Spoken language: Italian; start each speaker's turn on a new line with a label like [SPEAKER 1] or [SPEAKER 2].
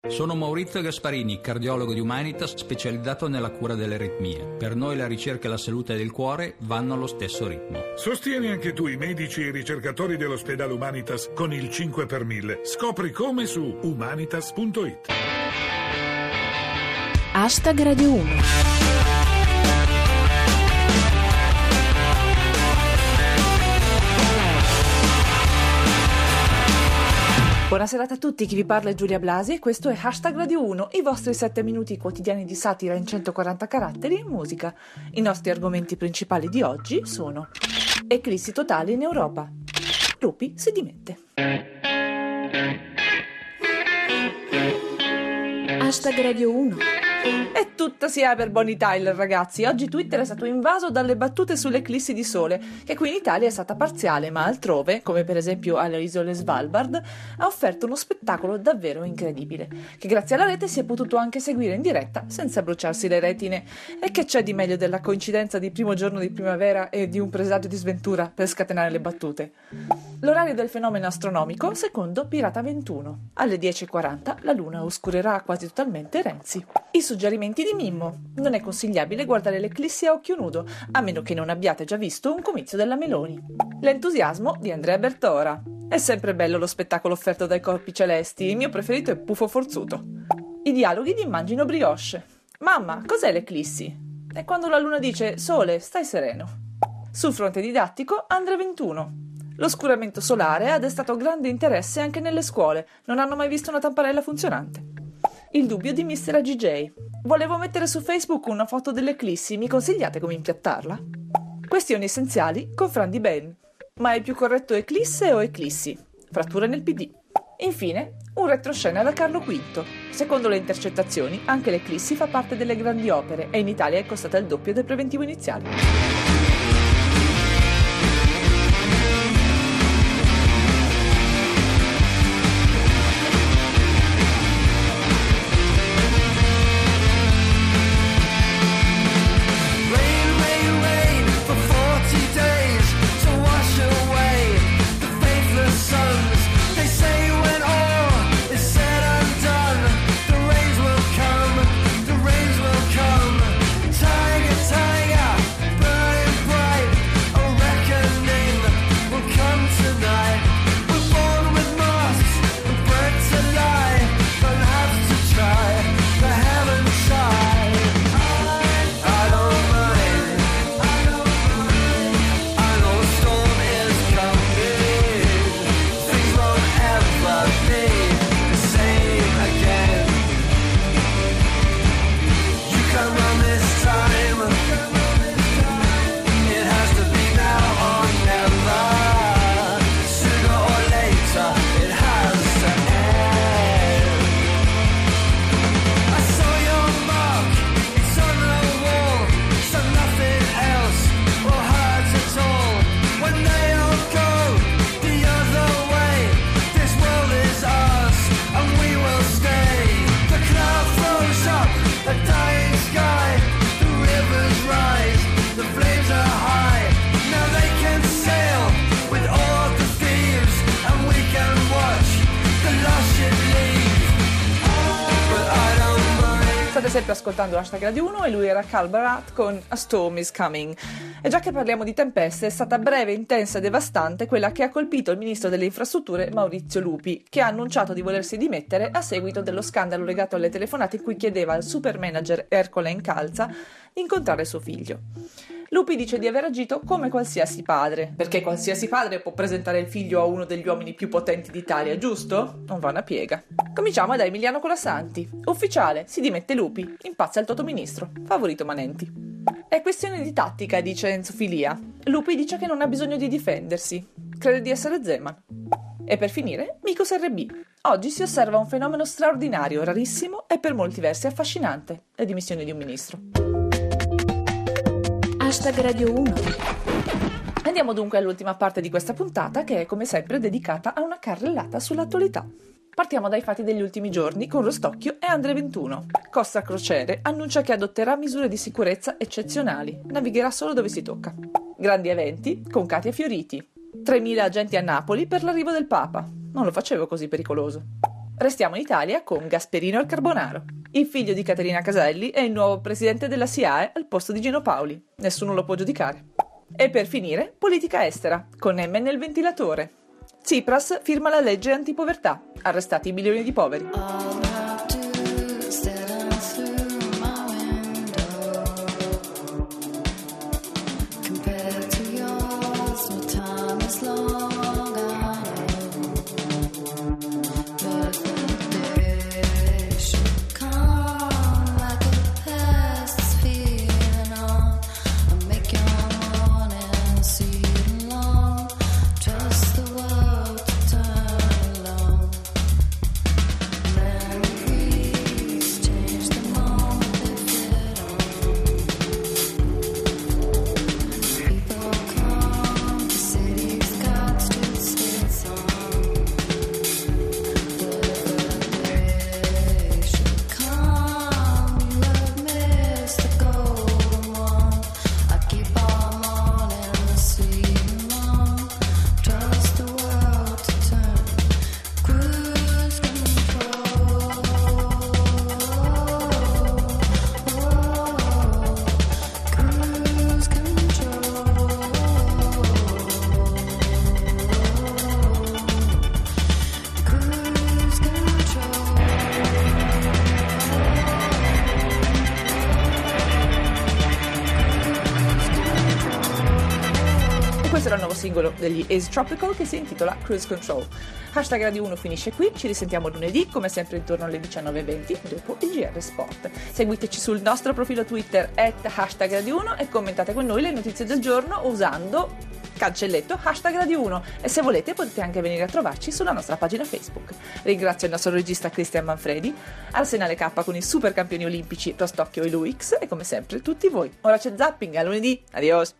[SPEAKER 1] Sono Maurizio Gasparini, cardiologo di Humanitas specializzato nella cura delle aritmie. Per noi la ricerca e la salute del cuore vanno allo stesso ritmo.
[SPEAKER 2] Sostieni anche tu i medici e i ricercatori dell'ospedale Humanitas con il 5 per 1000. Scopri come su humanitas.it.
[SPEAKER 3] #Radio 1. Buonasera a tutti, chi vi parla è Giulia Blasi e questo è #Radio 1, i vostri 7 minuti quotidiani di satira in 140 caratteri e musica. I nostri argomenti principali di oggi sono: eclissi totale in Europa, Lupi si dimette. #Radio 1. E tutta si ha per Bonnie Tyler, ragazzi. Oggi Twitter è stato invaso dalle battute sull'eclissi di sole, che qui in Italia è stata parziale, ma altrove, come per esempio alle isole Svalbard, ha offerto uno spettacolo davvero incredibile, che grazie alla rete si è potuto anche seguire in diretta senza bruciarsi le retine. E che c'è di meglio della coincidenza di primo giorno di primavera e di un presagio di sventura per scatenare le battute? L'orario del fenomeno astronomico secondo Pirata 21. Alle 10:40 la luna oscurerà quasi totalmente Renzi. I suggerimenti di Mimmo: non è consigliabile guardare l'eclissi a occhio nudo, a meno che non abbiate già visto un comizio della Meloni. L'entusiasmo di Andrea Bertora: è sempre bello lo spettacolo offerto dai corpi celesti, il mio preferito è Puffo Forzuto. I dialoghi di Immagino Brioche: mamma, cos'è l'eclissi? È quando la luna dice sole, stai sereno. Sul fronte didattico Andrea 21: l'oscuramento solare ha destato grande interesse anche nelle scuole, non hanno mai visto una tapparella funzionante. Il dubbio di Mr. AGJ: volevo mettere su Facebook una foto dell'eclissi, mi consigliate come impiattarla? Questioni essenziali con Fran Di Ben: ma è più corretto eclisse o eclissi? Fratture nel PD. Infine, un retroscena da Carlo V. Secondo le intercettazioni, anche l'eclissi fa parte delle grandi opere e in Italia è costata il doppio del preventivo iniziale. State sempre ascoltando #Radio 1 e lui era Carl Barat con A Storm is Coming. E già che parliamo di tempeste, è stata breve, intensa e devastante quella che ha colpito il ministro delle infrastrutture Maurizio Lupi, che ha annunciato di volersi dimettere a seguito dello scandalo legato alle telefonate in cui chiedeva al super manager Ercole Incalza di incontrare suo figlio. Lupi dice di aver agito come qualsiasi padre, perché qualsiasi padre può presentare il figlio a uno degli uomini più potenti d'Italia, giusto? Non va una piega. Cominciamo da Emiliano Colasanti. Ufficiale, si dimette Lupi, impazza il totoministro, favorito Manenti. È questione di tattica, dice Enzo Filia. Lupi dice che non ha bisogno di difendersi, crede di essere Zeman. E per finire, Micos RB. Oggi si osserva un fenomeno straordinario, rarissimo e per molti versi affascinante, le dimissioni di un ministro. #Radio 1.
[SPEAKER 4] Andiamo dunque all'ultima parte di questa puntata, che è come sempre dedicata a una carrellata sull'attualità. Partiamo dai fatti degli ultimi giorni con Rostocchio e Andre 21. Costa Crociere annuncia che adotterà misure di sicurezza eccezionali, navigherà solo dove si tocca. Grandi eventi con Katia Fioriti. 3.000 agenti a Napoli per l'arrivo del Papa. Non lo facevo così pericoloso.
[SPEAKER 3] Restiamo in Italia con Gasperino al Carbonaro. Il figlio di Caterina Caselli è il nuovo presidente della SIAE al posto di Gino Paoli. Nessuno lo può giudicare. E per finire, politica estera, con M nel ventilatore. Tsipras firma la legge antipovertà, arrestati i milioni di poveri. Questo era il nuovo singolo degli Ace Tropical che si intitola Cruise Control. Hashtag Radio 1 finisce qui, ci risentiamo lunedì come sempre intorno alle 19:20 dopo il GR Sport. Seguiteci sul nostro profilo Twitter @hashtag Radio 1 e commentate con noi le notizie del giorno usando cancelletto hashtag Radio 1 e se volete potete anche venire a trovarci sulla nostra pagina Facebook. Ringrazio il nostro regista Cristian Manfredi, Arsenale K con i super campioni olimpici Rostocchio e Luix e come sempre tutti voi. Ora c'è zapping, a lunedì, adios!